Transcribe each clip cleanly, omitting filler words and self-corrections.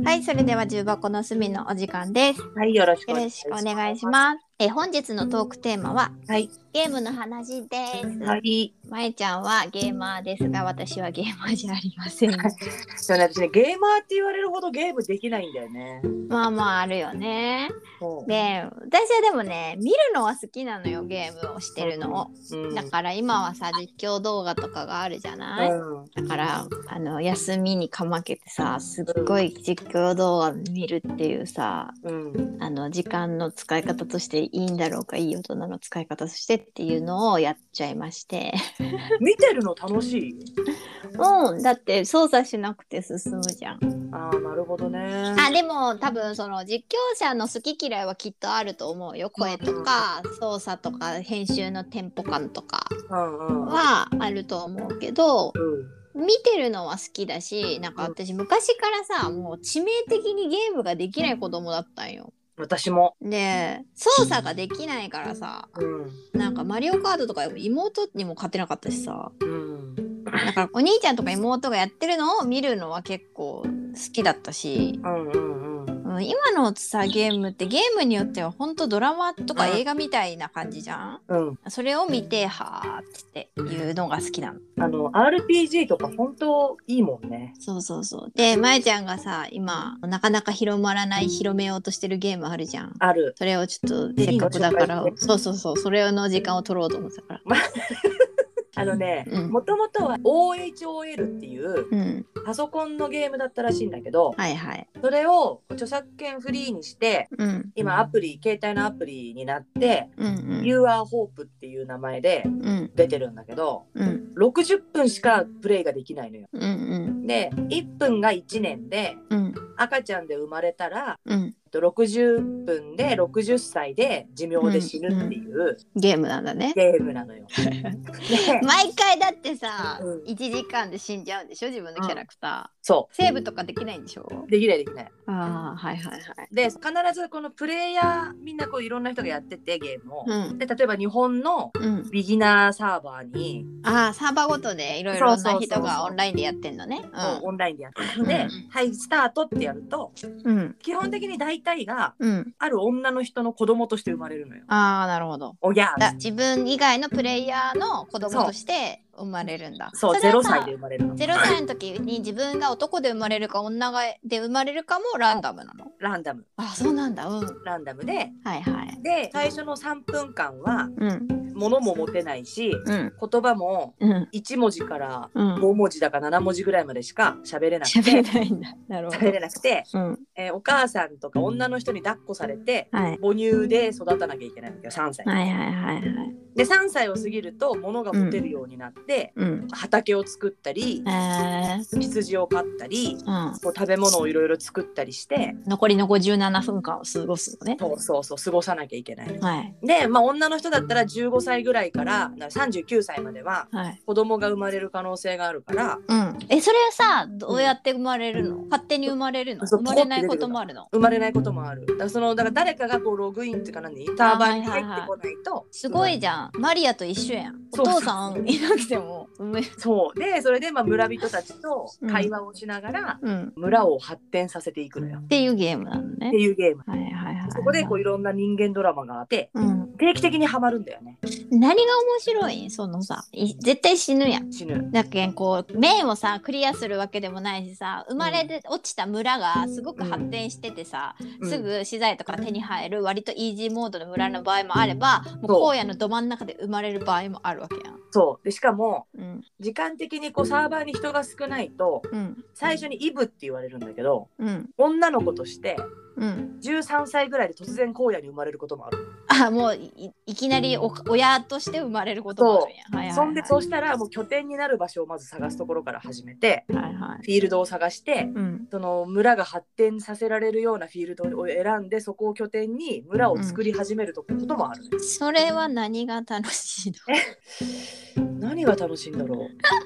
はい、それでは重箱の隅のお時間です。 はい、よろしくお願いします。本日のトークテーマは、 はい、 ゲームの話です。 はい。 まえちゃんはゲーマーですが、私はゲーマーじゃありません。 でもね、私ね、ゲーマーって言われるほどゲームできないんだよね。 まあまああるよね。 そう。 で、私はでもね、見るのは好きなのよ、ゲームをしてるのを。だから今はさ、実況動画とかがあるじゃない、だから休みにかまけてさ、すっごい実況動画見るっていうさ、時間の使い方としていいんだろうか、いい大人の使い方としてっていうのをやっちゃいまして見てるの楽しい？ だって操作しなくて進むじゃん。 ああ、なるほどね。 でも多分その実況者の好き嫌いはきっとあると思うよ。声とか操作とか編集のテンポ感とかはあると思うけど、見てるのは好きだし、なんか私昔からさ、もう致命的にゲームができない子供だったんよ。 私も。 で、操作ができないからさ、なんかマリオカードとか妹にも勝てなかったしさ、なんかお兄ちゃんとか妹がやってるのを見るのは結構好きだったし、今のさゲームってゲームによってはほんとドラマとか映画みたいな感じじゃん、それを見てはーっていうのが好きなの。 RPG とか本当いいもんね。 そうそうそう。で、まえちゃんがさ、今なかなか広まらない、広めようとしてるゲームあるじゃん。 ある。 それをちょっとせっかくだからそうそうそう、それの時間を取ろうと思ってたからもともとは OHOL っていうパソコンのゲームだったらしいんだけど、それを著作権フリーにして、今携帯のアプリになって、YourHope っていう名前で出てるんだけど、60分しかプレイができないのよ。で、1分が1年で、赤ちゃんで生まれたら、60分で60歳で寿命で死ぬっていうゲームなんだね。 ゲームなのよ。 毎回だってさ、1時間で死んじゃうんでしょ、自分のキャラクター。 そう。 セーブとかできないんでしょ？ できない。で、必ずこのプレイヤーみんなこういろんな人がやっててゲームを。で、例えば日本のビギナーサーバーに、 サーバーごとでいろいろな人がオンラインでやってんのね。 オンラインでやってる。で、はい、スタートってやると、基本的に大体が、ある女の人の子供として生まれるのよ。 なるほど。自分以外のプレイヤーの子供として生まれるんだ。 そう、0歳で生まれるの。 0歳の時に自分が男で生まれるか女で生まれるかもランダムなの？ ランダム。 そうなんだ。 ランダムで、で、最初の3分間は、物も持てないし、言葉も1文字から5文字だか7文字ぐらいまでしか喋れなくて、喋れなくて、お母さんとか女の人に抱っこされて、母乳で育たなきゃいけないんだけど、3歳。で、3歳を過ぎると物が持てるようになって、畑を作ったり、羊を飼ったり、食べ物をいろいろ作ったりして、 残りの57分間を過ごすのね。 そう過ごさなきゃいけない。で、女の人だったら15歳ぐらいから39歳までは子供が生まれる可能性があるから、 それさ、どうやって生まれるの？勝手に生まれるの？生まれないこともあるの？ 生まれないこともある。だから誰かがこうログインっていうかサーバーに入ってこないと。 すごいじゃん。マリアと一緒やん。お父さんいなくてもそうで、それで村人たちと会話をしながら村を発展させていくのよ。 っていうゲームなのね。 っていうゲーム。そこでこういろんな人間ドラマがあって、定期的にハマるんだよね。 何が面白い？そのさ、絶対死ぬやん。 死ぬ。 だけんこう面をさクリアするわけでもないしさ、生まれて落ちた村がすごく発展しててさ、すぐ資材とか手に入る割とイージーモードの村の場合もあれば、もう荒野のど真ん中で生まれる場合もあるわけやん。 そうで、しかも、時間的にこうサーバーに人が少ないと、最初にイブって言われるんだけど、女の子として13歳ぐらいで突然荒野に生まれることもある。 もう いきなり親として生まれることもあるやん。 そうしたらもう拠点になる場所をまず探すところから始めて、フィールドを探して、その村が発展させられるようなフィールドを選んで、そこを拠点に村を作り始めることもある、 それは何が楽しいの？ 何が楽しいんだろう。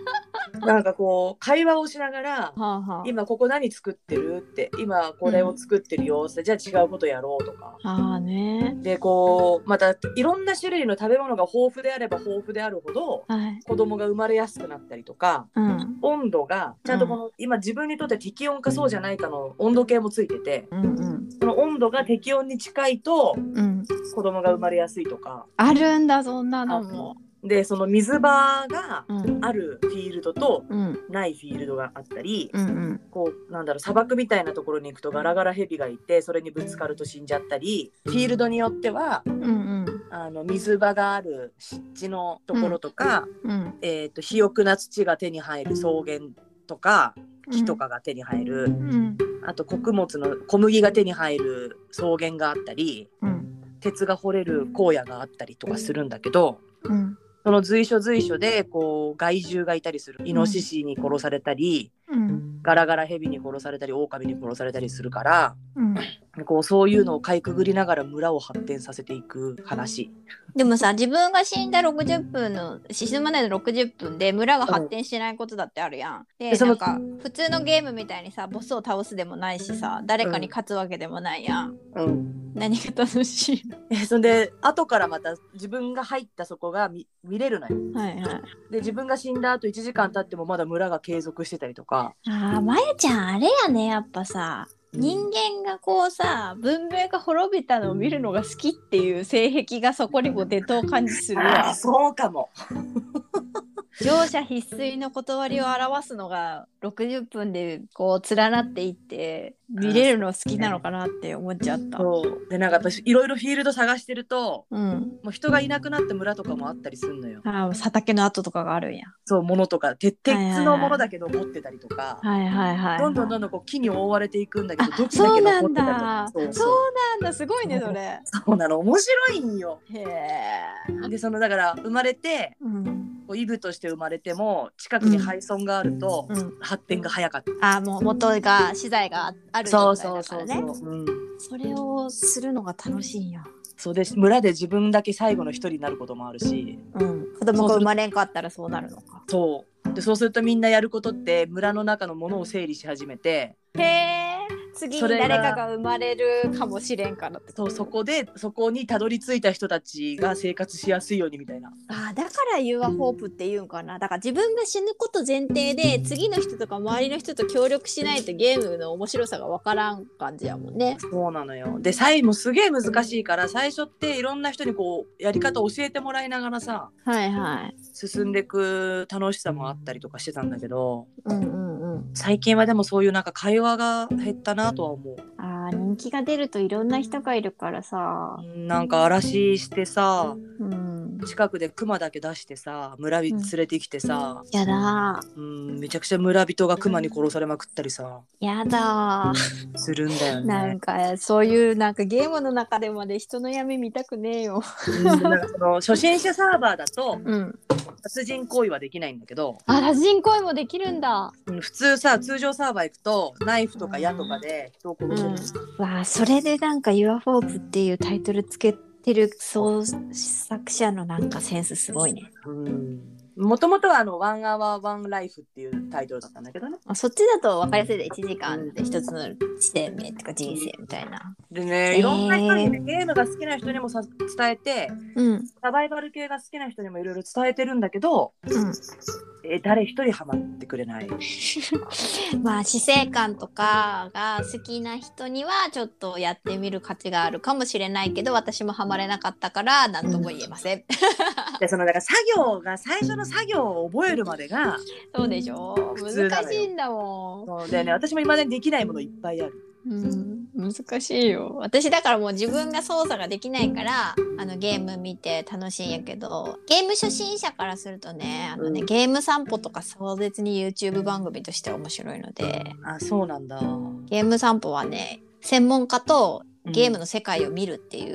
なんかこう会話をしながらはあ、はあ、今ここ何作ってるって今これを作ってるよって、じゃあ違うことやろうとか、 ね、 でこうまたいろんな種類の食べ物が豊富であれば豊富であるほど、はい、子供が生まれやすくなったりとか、温度がちゃんとこの、今自分にとって適温かそうじゃないかの温度計もついてて、その温度が適温に近いと、子供が生まれやすいとかあるんだ。そんなのも。 でその水場があるフィールドとないフィールドがあったり、こうなんだろう、砂漠みたいなところに行くとガラガラヘビがいてそれにぶつかると死んじゃったり、フィールドによっては、水場がある湿地のところとか、肥沃な土が手に入る草原とか木とかが手に入る、あと穀物の小麦が手に入る草原があったり、鉄が掘れる荒野があったりとかするんだけど、その随所随所でこう害獣がいたりする。イノシシに殺されたり、ガラガラヘビに殺されたり、オオカミに殺されたりするから、こうそういうのをかいくぐりながら村を発展させていく話。 でもさ、自分が死んだ60分の死ぬまでの60分で村が発展しないことだってあるやん。でなんか普通のゲームみたいにさ、ボスを倒すでもないしさ、誰かに勝つわけでもないやん。何が楽しいそんで後からまた自分が入ったそこが 見れるのよ。で自分が死んだ後1時間経ってもまだ村が継続してたりとか。 まやちゃんあれやね、やっぱさ、人間がこうさ、文明が滅びたのを見るのが好きっていう性癖がそこにも出とう感じするわ。 そうかも。 乗車必須の断りを表すのが60分でこう連なっていって見れるの好きなのかなって思っちゃった。 そうで、なんか私いろいろフィールド探してると、もう人がいなくなった村とかもあったりするのよ。 佐竹の跡とかがあるんや。 そう物とか鉄のものだけど持ってたりとか、どんどんこう木に覆われていくんだけど土器だけ残ってたりとか。 そうなんだ、すごいねそれ。 そうなの、面白いんよ。でそのだから生まれて、イブとして生まれても近くに廃村があると、発展が早かった。 もう元が資材がある状態だからね。それをするのが楽しいんや。 そうです。村で自分だけ最後の一人になることもあるし、 子供が生まれんかったらそうなるのか。 そうで、そうするとみんなやることって村の中のものを整理し始めて、 次に誰かが生まれるかもしれんからって。 そこにたどり着いた人たちが生活しやすいようにみたいな。 だからユアホープっていうんかな。だから自分が死ぬこと前提で次の人とか周りの人と協力しないとゲームの面白さが分からん感じやもんね。 そうなのよ。で最後すげえ難しいから、最初っていろんな人にこうやり方教えてもらいながらさ、進んでいく楽しさもあったりとかしてたんだけど、最近はでもそういうなんか会話が減ったなとは思う。 人気が出るといろんな人がいるからさ、 なんか嵐してさ、近くでクマだけ出してさ、村人連れてきてさ、 やだ、 めちゃくちゃ村人がクマに殺されまくったりさ、 やだするんだよね。 なんかそういうなんかゲームの中でまで人の闇見たくねえよ。 なんかその初心者サーバーだと、殺人行為はできないんだけど、 殺人行為もできるんだ。 普通さ、通常サーバー行くとナイフとか矢とかで人を殺せる。 それでなんかユアホープっていうタイトルつけてる創作者のなんかセンスすごいね。 もともとはワンアワーワンライフっていうタイトルだったんだけどね。 そっちだと分かりやすいで、1時間で一つの生命ってか人生みたいな。 でね、いろんな人にね、ゲームが好きな人にも伝えて、サバイバル系が好きな人にもいろいろ伝えてるんだけど、誰一人ハマってくれない。 死生観とかが好きな人にはちょっとやってみる価値があるかもしれないけど、私もハマれなかったから何とも言えません。 でだから最初の作業を覚えるまでがそうでしょ、難しいんだもん。 そうだよね、私も今までできないものいっぱいある。 難しいよ。私だからもう自分が操作ができないからゲーム見て楽しいんやけど、ゲーム初心者からするとね、ゲーム散歩とか壮絶に YouTube 番組として面白いので。 そうなんだ。 ゲーム散歩はね、専門家とゲームの世界を見るっていう、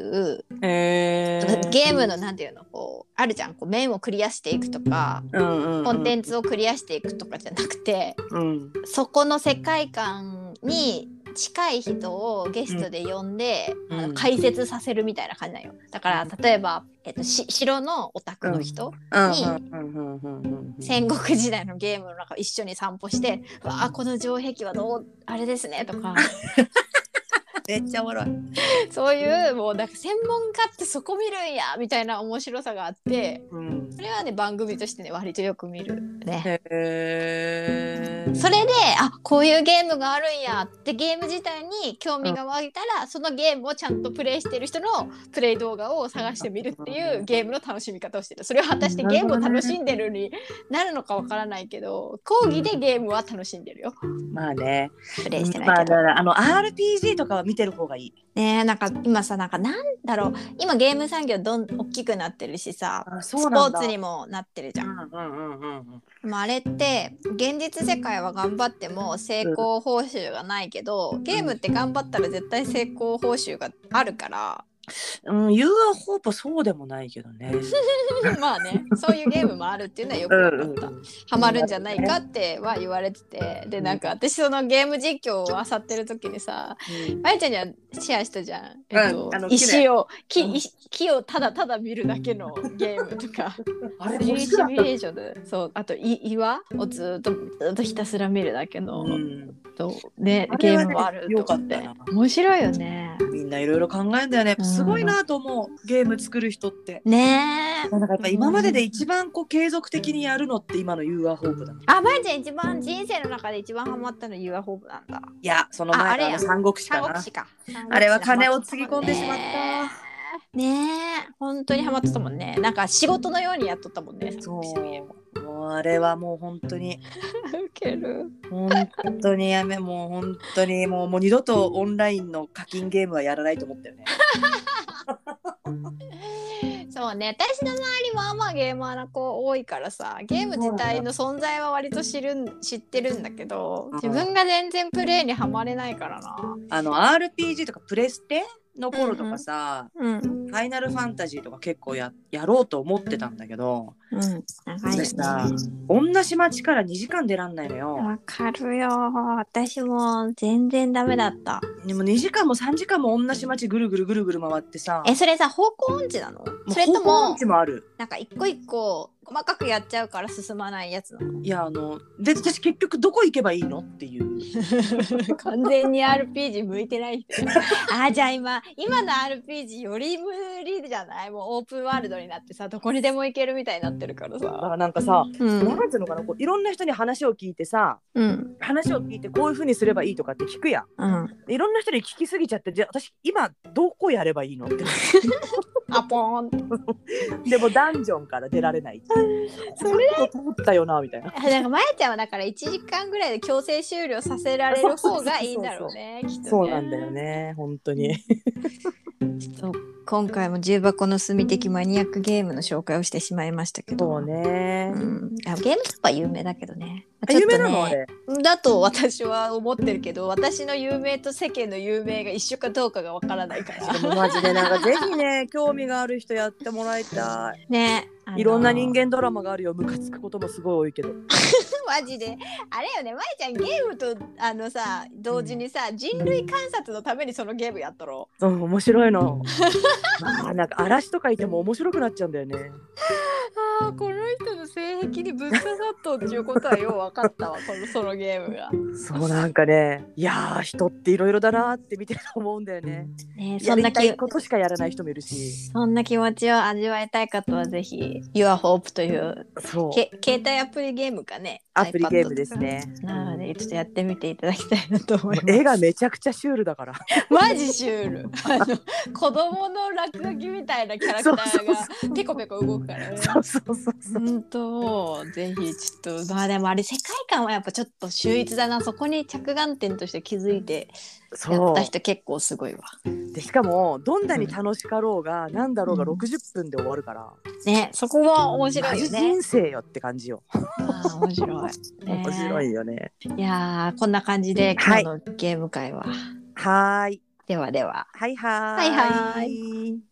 ゲームのなんていうの、こうあるじゃん、こう面をクリアしていくとか、コンテンツをクリアしていくとかじゃなくて、そこの世界観に近い人をゲストで呼んで、解説させるみたいな感じなんよ。だから例えば、 城のオタクの人に戦国時代のゲームの中一緒に散歩して「わあこの城壁はあれですね」とかめっちゃおもろい。 そういうもうなんか専門家ってそこ見るんやみたいな面白さがあって、それはね番組としてね割とよく見るね。それでこういうゲームがあるんやってゲーム自体に興味が湧いたら、そのゲームをちゃんとプレイしてる人のプレイ動画を探してみるっていうゲームの楽しみ方をしてる。それは果たしてゲームを楽しんでるになるのかわからないけど、講義でゲームは楽しんでるよ。 まあね。 プレイしてないけど。 RPG とかは見てる方がいい。 ね、なんか今さなんだろう、今ゲーム産業大きくなってるしさ、スポーツにもなってるじゃん。あれって現実世界は頑張っても成功報酬がないけど、ゲームって頑張ったら絶対成功報酬があるから。 You are Hopeそうでもないけどね。 まあね、そういうゲームもあるっていうのはよく分かった。ハマるんじゃないかっては言われてて、でなんか私そのゲーム実況を漁ってる時にさ、まゆちゃんにはシェアしたじゃん。木をただただ見るだけのゲームとか、あれシミュレーションで、そうあと岩をずっとひたすら見るだけの、ねゲームもあると思って、面白いよね。 みんないろいろ考えんだよね。すごいなと思う、ゲーム作る人ってね。 なんかやっぱ今までで一番継続的にやるのって今の You are Hope だ。 まゆちゃん一番人生の中で一番ハマったの You are Hope なんだ。 いやその前の三国志かな。あれは金をつぎ込んでしまったね。本当にハマってたもんね。なんか仕事のようにやっとったもんね。 もうあれはもう本当にウケる。 本当にもう本当にもう二度とオンラインの課金ゲームはやらないと思ったよね。 そうね、私の周りもゲーマーな子多いからさ、ゲーム自体の存在は割と知ってるんだけど、自分が全然プレイにはまれないからな。 RPG とかプレステの頃とかさ、ファイナルファンタジーとか結構やろうと思ってたんだけど、私さ、同じ街から2時間出らんないのよ。 わかるよ、私も全然ダメだった。 でも2時間も3時間も同じ街ぐるぐる回ってさ。 それさ方向音痴なの？それとも方向音痴もある。 なんか一個一個細かくやっちゃうから進まないやつなの？ いやで私結局どこ行けばいいのっていう完全に RPG 向いてない人じゃあ今の RPG より無理じゃない？もうオープンワールドになってさ、どこにでも行けるみたいになってるからさ。だからなんかさ、なんていうのかな、いろんな人に話を聞いてさ、話を聞いてこういう風にすればいいとかって聞くやん、いろんな人に聞きすぎちゃって、じゃあ私今どこやればいいのってポーンでもダンジョンから出られないそれ通ったよなみたいな。 なんかまやちゃんはだから1時間ぐらいで強制終了させられる方がいいんだろうね、きっとね。 そうなんだよね、本当にちょっと今回も重箱の隅的マニアックゲームの紹介をしてしまいましたけど。 そうね、 ゲームストップは有名だけどね。 有名なのあれだと私は思ってるけど、私の有名と世間の有名が一緒かどうかがわからないから。 でもマジでなんかぜひね興味がある人やってもらいたいね。 いろんな人間ドラマがあるよ。ムカつくこともすごい多いけどマジであれよね、まいちゃんゲームとさ同時にさ、人類観察のためにそのゲームやったろ。 面白いのなんか嵐とかいても面白くなっちゃうんだよね。 この人の性癖にぶっ刺さったっていうことはよう分かったわそのゲームが。 そうなんかね、いや人っていろいろだなって見てると思うんだよね。そんなことしかやらない人もいるし、 そんな気持ちを味わいたい方はぜひ Your Hope という携帯アプリゲームかね。 アプリゲームですね。 なのでちょっとやってみていただきたいなと思います。 絵がめちゃくちゃシュールだからマジシュール子供の落書きみたいなキャラクターがペコペコ動くからね。 そう本当ぜひちょっとでもあれ世界観はやっぱちょっと秀逸だな。そこに着眼点として気づいてやった人結構すごいわ。 でしかもどんなに楽しかろうが、なんだろうが60分で終わるから、 ね、そこも面白いよね。 人生よって感じよ。 面白い、 面白いよね。 いやこんな感じで今日のゲーム会は、 はい、 ではでは、 はい。